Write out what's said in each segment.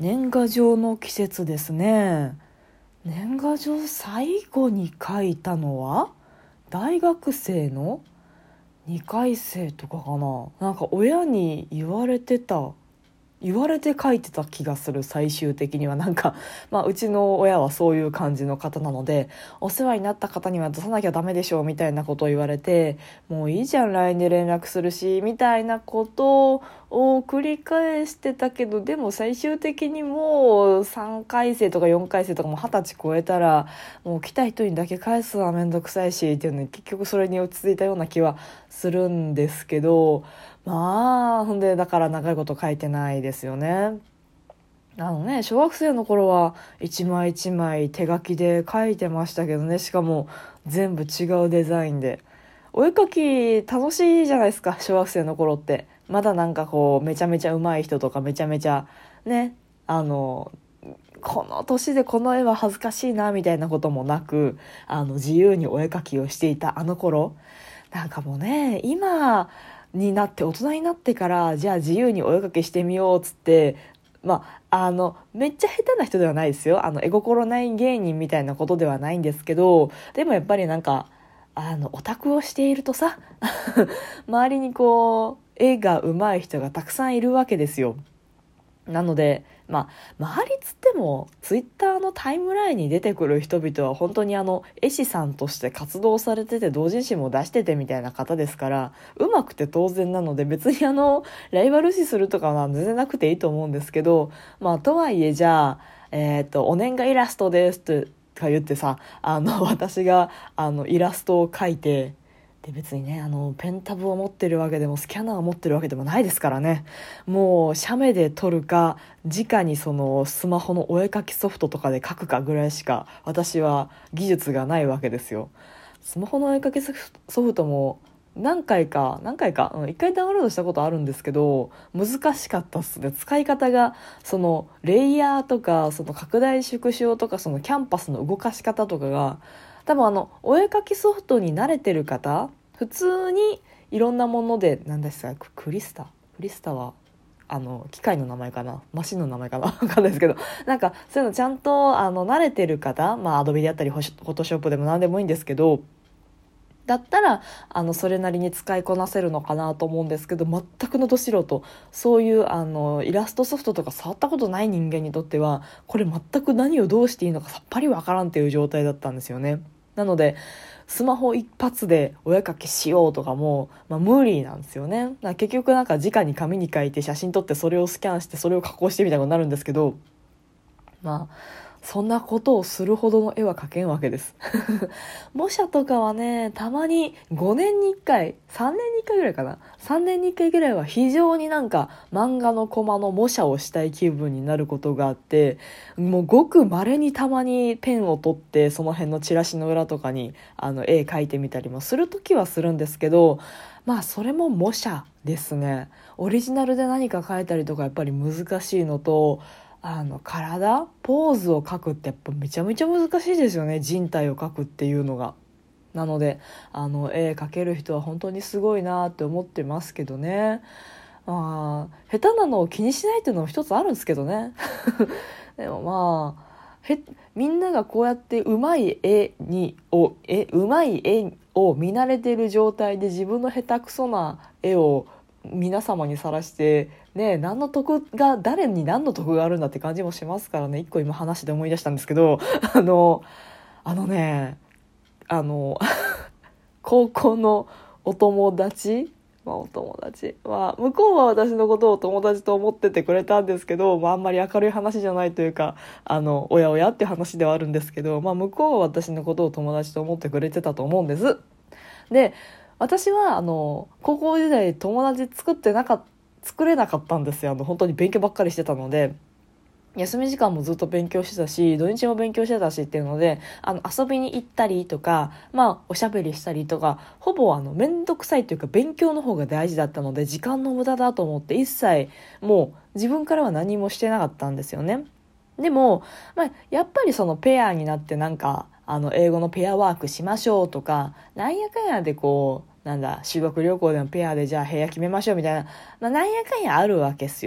年賀状の季節ですね。年賀状最後に書いたのは大学生の2回生とかかな。なんか親に言われて書いてた気がする。最終的にはなんか、うちの親はそういう感じの方なので、お世話になった方には出さなきゃダメでしょみたいなことを言われて、もういいじゃん LINE で連絡するしみたいなことを繰り返してたけど、でも最終的にもう3回生とか4回生とかも20歳超えたら、もう来た人にだけ返すのはめんどくさいしっていうのに、結局それに落ち着いたような気はするんですけど、ほんでだから長いこと書いてないですよね。小学生の頃は一枚一枚手書きで書いてましたけどね。しかも全部違うデザインで。お絵描き楽しいじゃないですか、小学生の頃って。まだなんかこうめちゃめちゃ上手い人とかめちゃめちゃね、この年でこの絵は恥ずかしいなみたいなこともなく、自由にお絵描きをしていたあの頃、なんかもうね、今になって大人になってからじゃあ自由にお絵描きしてみようっつって、めっちゃ下手な人ではないですよ。絵心ない芸人みたいなことではないんですけど、でもやっぱりなんかオタクをしているとさ周りにこう絵が上手い人がたくさんいるわけですよ。なので周りつってもツイッターのタイムラインに出てくる人々は本当に絵師さんとして活動されてて同人誌も出しててみたいな方ですから、上手くて当然なので別にライバル視するとかは全然なくていいと思うんですけど、とはいえじゃあお年賀イラストですとか言ってさ、私がイラストを描いて、で別にねペンタブを持ってるわけでもスキャナーを持ってるわけでもないですからね。もう写メで撮るか直にそのスマホのお絵描きソフトとかで描くかぐらいしか私は技術がないわけですよ。スマホのお絵描きソフトも何回か一回ダウンロードしたことあるんですけど、難しかったっすね。使い方がそのレイヤーとかその拡大縮小とかそのキャンパスの動かし方とかが、多分お絵描きソフトに慣れてる方、普通にいろんなもので、何ですか、クリスタは機械の名前かな、マシンの名前かな分かんないですけど、なんかそういうのちゃんと慣れてる方、アドビであったりフォトショップでも何でもいいんですけど、だったらそれなりに使いこなせるのかなと思うんですけど、全くのど素人、そういうイラストソフトとか触ったことない人間にとってはこれ全く何をどうしていいのかさっぱりわからんっていう状態だったんですよね。なのでスマホ一発でお絵描きしようとかも、無理なんですよね。だから結局なんか直に紙に書いて写真撮ってそれをスキャンしてそれを加工してみたいになるんですけど、そんなことをするほどの絵は描けんわけです模写とかはね、たまに5年に1回3年に1回ぐらいかな、3年に1回ぐらいは非常になんか漫画のコマの模写をしたい気分になることがあって、もうごく稀にたまにペンを取ってその辺のチラシの裏とかに絵描いてみたりもするときはするんですけど、それも模写ですね。オリジナルで何か描いたりとかやっぱり難しいのと、ポーズを描くってやっぱめちゃめちゃ難しいですよね、人体を描くっていうのが。なので絵描ける人は本当にすごいなって思ってますけどね。下手なのを気にしないっていうのも一つあるんですけどねでもみんながこうやってうまい絵を見慣れてる状態で自分の下手くそな絵を皆様にさらしてね、誰に何の得があるんだって感じもしますからね。一個今話で思い出したんですけどあのあのねあの高校のお友達、向こうは私のことを友達と思っててくれたんですけど、あんまり明るい話じゃないというか、おやおやっていう話ではあるんですけど、向こうは私のことを友達と思ってくれてたと思うんです。で、私は高校時代友達作れなかったんですよ。本当に勉強ばっかりしてたので、休み時間もずっと勉強してたし土日も勉強してたしっていうので、遊びに行ったりとか、おしゃべりしたりとか、ほぼ面倒くさいというか勉強の方が大事だったので、時間の無駄だと思って一切もう自分からは何もしてなかったんですよね。でも、やっぱりそのペアになってなんか英語のペアワークしましょうとか、なんやかんやでこう修学旅行でもペアでじゃあ部屋決めましょうみたいな、なんやかんやあるわけですよ。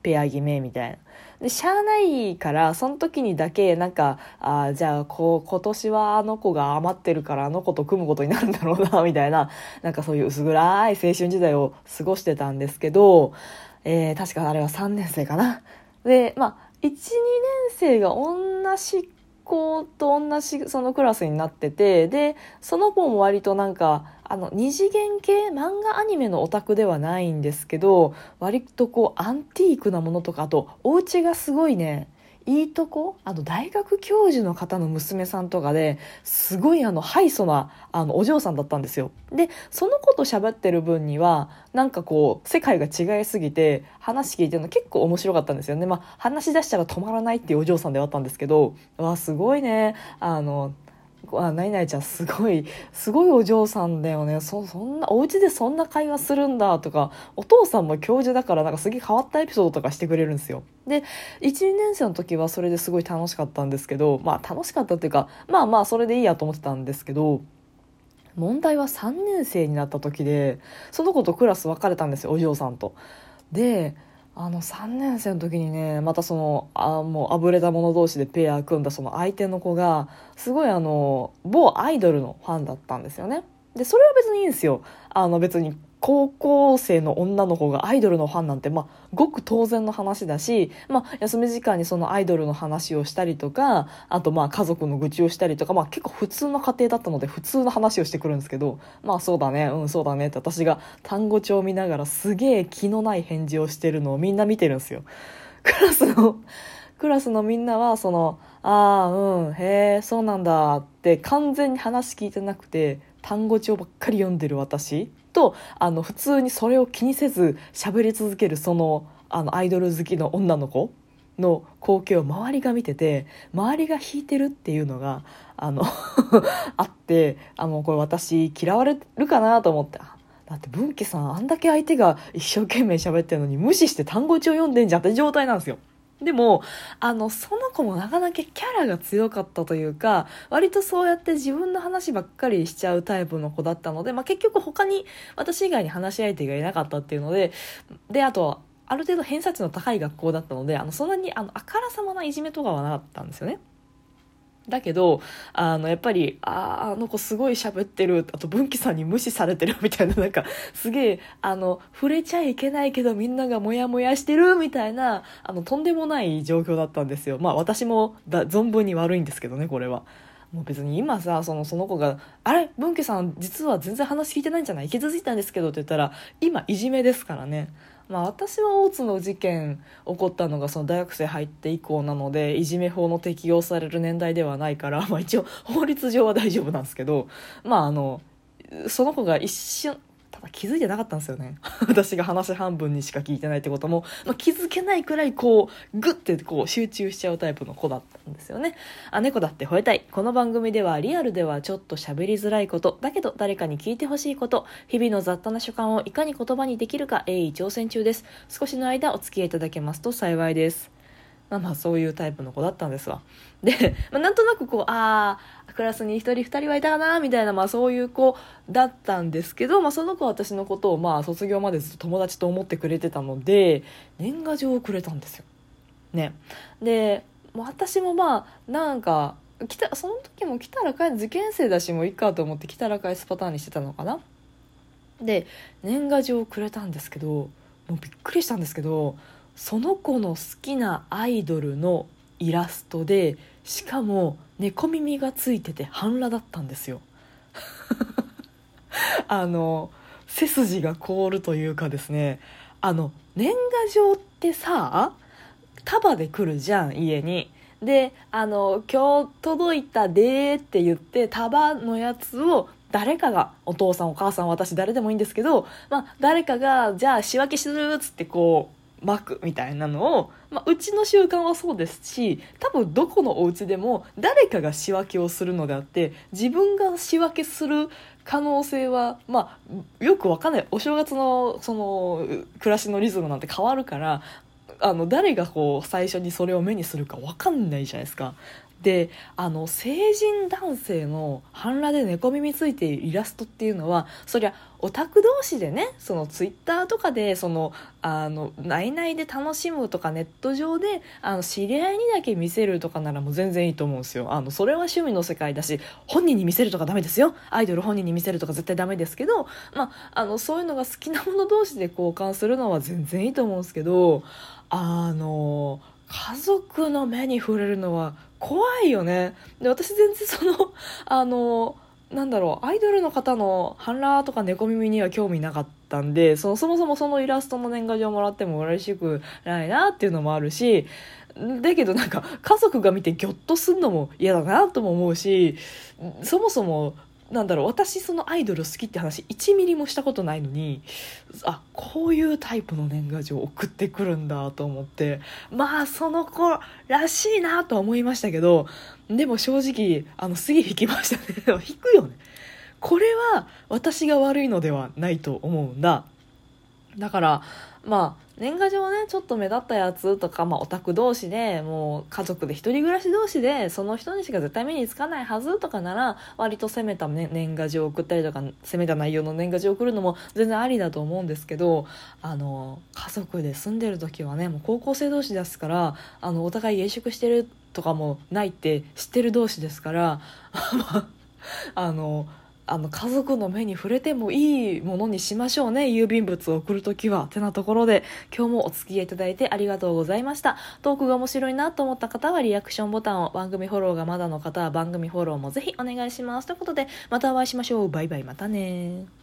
ペア決めみたいな。でしゃあないからその時にだけなんかじゃあ今年はあの子が余ってるからあの子と組むことになるんだろうなみたいな、なんかそういう薄暗い青春時代を過ごしてたんですけど、確かあれは3年生かな。で1、2年生が同じ子と同じそのクラスになってて、でその子も割となんか二次元系漫画アニメのオタクではないんですけど、割とこうアンティークなものとか、あとお家がすごいねいいとこ、大学教授の方の娘さんとかですごいハイソなお嬢さんだったんですよ。でその子と喋ってる分にはなんかこう世界が違いすぎて話聞いてるの結構面白かったんですよね。話し出したら止まらないっていうお嬢さんではあったんですけど、すごいね何々ちゃんすごいお嬢さんだよね、そんなお家でそんな会話するんだとか、お父さんも教授だからなんかすげえ変わったエピソードとかしてくれるんですよ。で1、2年生の時はそれですごい楽しかったんですけど、楽しかったっていうかそれでいいやと思ってたんですけど、問題は3年生になった時で、その子とクラス分かれたんですよ、お嬢さんと。で3年生の時にね、またそのもうあぶれた者同士でペア組んだその相手の子がすごい某アイドルのファンだったんですよね。でそれは別にいいんですよ。別に高校生の女の子がアイドルのファンなんてごく当然の話だし、休み時間にそのアイドルの話をしたりとか、あと家族の愚痴をしたりとか、結構普通の家庭だったので普通の話をしてくるんですけど、そうだねそうだねって私が単語帳を見ながらすげえ気のない返事をしてるのをみんな見てるんですよ。クラスのみんなはへえそうなんだって完全に話聞いてなくて、単語帳ばっかり読んでる私と普通にそれを気にせず喋り続けるそのアイドル好きの女の子の光景を周りが見てて、周りが引いてるっていうのがあって、これ私嫌われるかなと思って、だって文紀さんあんだけ相手が一生懸命喋ってるのに無視して単語帳読んでんじゃんって状態なんですよ。でもその子もなかなかキャラが強かったというか、割とそうやって自分の話ばっかりしちゃうタイプの子だったので、結局他に私以外に話し相手がいなかったっていうので、あとある程度偏差値の高い学校だったのでそんなにあからさまないじめとかはなかったんですよね。だけどやっぱりあの子すごい喋ってる、あと文紀さんに無視されてるみたいな、なんかすげえ触れちゃいけないけどみんながモヤモヤしてるみたいなとんでもない状況だったんですよ。私も存分に悪いんですけどね、これは。もう別に今さその子があれ文紀さん実は全然話聞いてないんじゃない、気づいたんですけどって言ったら今いじめですからね。私は大津の事件起こったのがその大学生入って以降なのでいじめ法の適用される年代ではないから、一応法律上は大丈夫なんですけど、その子が一瞬ただ気づいてなかったんですよね私が話半分にしか聞いてないってことも、気づけないくらいこうグッてこう集中しちゃうタイプの子だったんですよね。猫だって吠えたい。この番組ではリアルではちょっと喋りづらいことだけど誰かに聞いてほしいこと、日々の雑多な所感をいかに言葉にできるか鋭意挑戦中です。少しの間お付き合いいただけますと幸いです。そういうタイプの子だったんですわ。で、なんとなくこうクラスに一人二人はいたかなみたいな、そういう子だったんですけど、その子は私のことを卒業までずっと友達と思ってくれてたので年賀状をくれたんですよね。で私もなんかその時も来たら受験生だしもういいかと思って来たら返すパターンにしてたのかな。で年賀状をくれたんですけど、もうびっくりしたんですけど、その子の好きなアイドルのイラストで、しかも猫耳がついてて半裸だったんですよ背筋が凍るというかですね、年賀状ってさ束で来るじゃん家に。で今日届いたでって言って束のやつを誰かが、お父さんお母さん私誰でもいいんですけど、誰かがじゃあ仕分けするっつってこう巻くみたいなのを、うちの習慣はそうですし、多分どこのお家でも誰かが仕分けをするのであって自分が仕分けする可能性はよくわかんない。お正月のその暮らしのリズムなんて変わるから誰がこう最初にそれを目にするかわかんないじゃないですか。 で成人男性の半裸で猫耳ついているイラストっていうのはそりゃオタク同士でね、そのツイッターとかで内々で楽しむとか、ネット上で知り合いにだけ見せるとかならもう全然いいと思うんですよ。それは趣味の世界だし、本人に見せるとかダメですよ。アイドル本人に見せるとか絶対ダメですけど、そういうのが好きなもの同士で交換するのは全然いいと思うんですけど、家族の目に触れるのは怖いよね。で、私全然アイドルの方の半裸とか猫耳には興味なかったんで、そもそもそのイラストの年賀状もらっても嬉しくないなっていうのもあるし、だけどなんか家族が見てギョッとするのも嫌だなとも思うし、そもそも私そのアイドル好きって話1ミリもしたことないのに、こういうタイプの年賀状送ってくるんだと思って、その子らしいなとは思いましたけど、でも正直次引きましたね。引くよね。これは私が悪いのではないと思うんだ。だから年賀状ね、ちょっと目立ったやつとか、オタク同士でもう家族で一人暮らし同士でその人にしか絶対目につかないはずとかなら、割と攻めた、年賀状を送ったりとか、攻めた内容の年賀状を送るのも全然ありだと思うんですけど、家族で住んでる時はね、もう高校生同士ですから、お互い家宿してるとかもないって知ってる同士ですから家族の目に触れてもいいものにしましょうね、郵便物を送るときは。てなところで、今日もお付き合いいただいてありがとうございました。トークが面白いなと思った方はリアクションボタンを、番組フォローがまだの方は番組フォローもぜひお願いします。ということで、またお会いしましょう。バイバイ、またね。